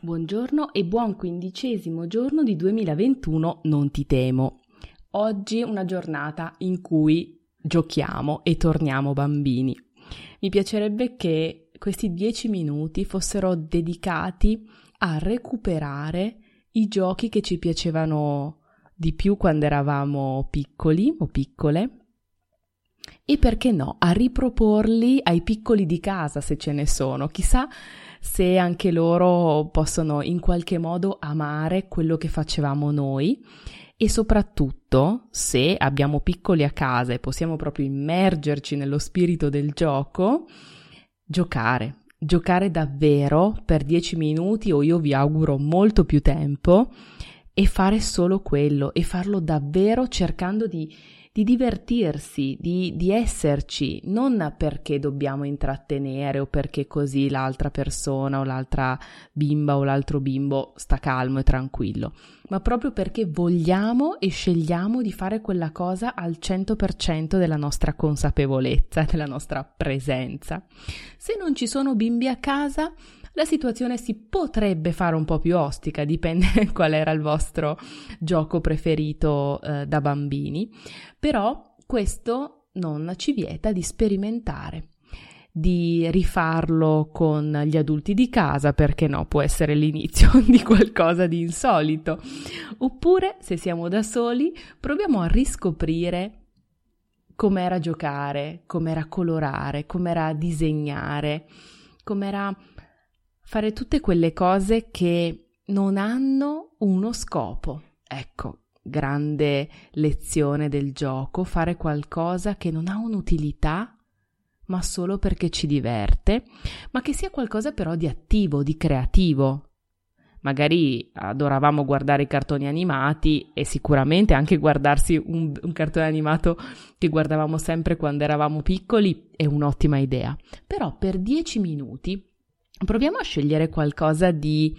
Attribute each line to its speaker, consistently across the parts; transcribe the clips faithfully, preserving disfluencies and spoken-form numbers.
Speaker 1: Buongiorno e buon quindicesimo giorno di duemilaventuno, non ti temo. Oggi è una giornata in cui giochiamo e torniamo bambini. Mi piacerebbe che questi dieci minuti fossero dedicati a recuperare i giochi che ci piacevano di più quando eravamo piccoli o piccole e, perché no, a riproporli ai piccoli di casa se ce ne sono. Chissà se anche loro possono in qualche modo amare quello che facevamo noi e soprattutto se abbiamo piccoli a casa e possiamo proprio immergerci nello spirito del gioco, giocare, giocare davvero per dieci minuti o io vi auguro molto più tempo e fare solo quello e farlo davvero cercando di di divertirsi, di, di esserci, non perché dobbiamo intrattenere o perché così l'altra persona o l'altra bimba o l'altro bimbo sta calmo e tranquillo, ma proprio perché vogliamo e scegliamo di fare quella cosa al cento per cento della nostra consapevolezza, della nostra presenza. Se non ci sono bimbi a casa, la situazione si potrebbe fare un po' più ostica, dipende qual era il vostro gioco preferito eh, da bambini, però questo non ci vieta di sperimentare, di rifarlo con gli adulti di casa, perché no, può essere l'inizio di qualcosa di insolito, oppure se siamo da soli proviamo a riscoprire com'era giocare, com'era colorare, com'era disegnare, com'era fare tutte quelle cose che non hanno uno scopo. Ecco, grande lezione del gioco, fare qualcosa che non ha un'utilità, ma solo perché ci diverte, ma che sia qualcosa però di attivo, di creativo. Magari adoravamo guardare i cartoni animati e sicuramente anche guardarsi un, un cartone animato che guardavamo sempre quando eravamo piccoli è un'ottima idea. Però per dieci minuti proviamo a scegliere qualcosa di,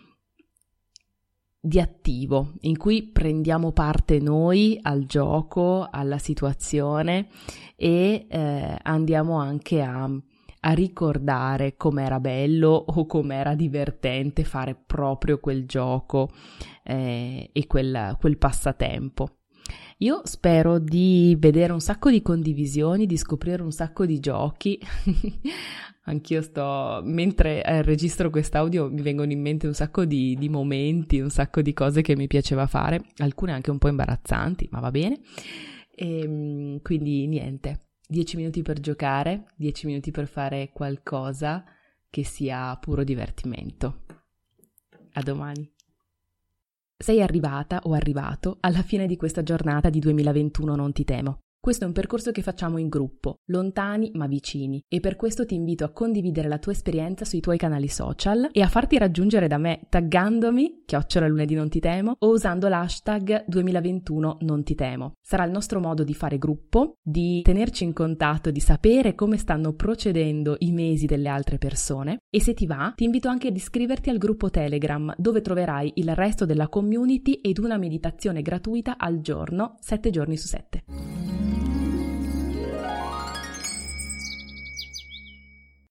Speaker 1: di attivo, in cui prendiamo parte noi al gioco, alla situazione e eh, andiamo anche a, a ricordare com'era bello o com'era divertente fare proprio quel gioco eh, e quel, quel passatempo. Io spero di vedere un sacco di condivisioni, di scoprire un sacco di giochi. Anch'io sto, mentre eh, registro quest'audio mi vengono in mente un sacco di, di momenti, un sacco di cose che mi piaceva fare, alcune anche un po' imbarazzanti, ma va bene. E, quindi niente, dieci minuti per giocare, dieci minuti per fare qualcosa che sia puro divertimento. A domani. Sei arrivata o arrivato alla fine di questa giornata di duemilaventuno, non ti temo. Questo è un percorso che facciamo in gruppo, lontani ma vicini, e per questo ti invito a condividere la tua esperienza sui tuoi canali social e a farti raggiungere da me taggandomi, chiocciola lunedì non ti temo, o usando l'hashtag duemilaventuno non ti temo. Sarà il nostro modo di fare gruppo, di tenerci in contatto, di sapere come stanno procedendo i mesi delle altre persone, e se ti va ti invito anche ad iscriverti al gruppo Telegram, dove troverai il resto della community ed una meditazione gratuita al giorno, sette giorni su sette.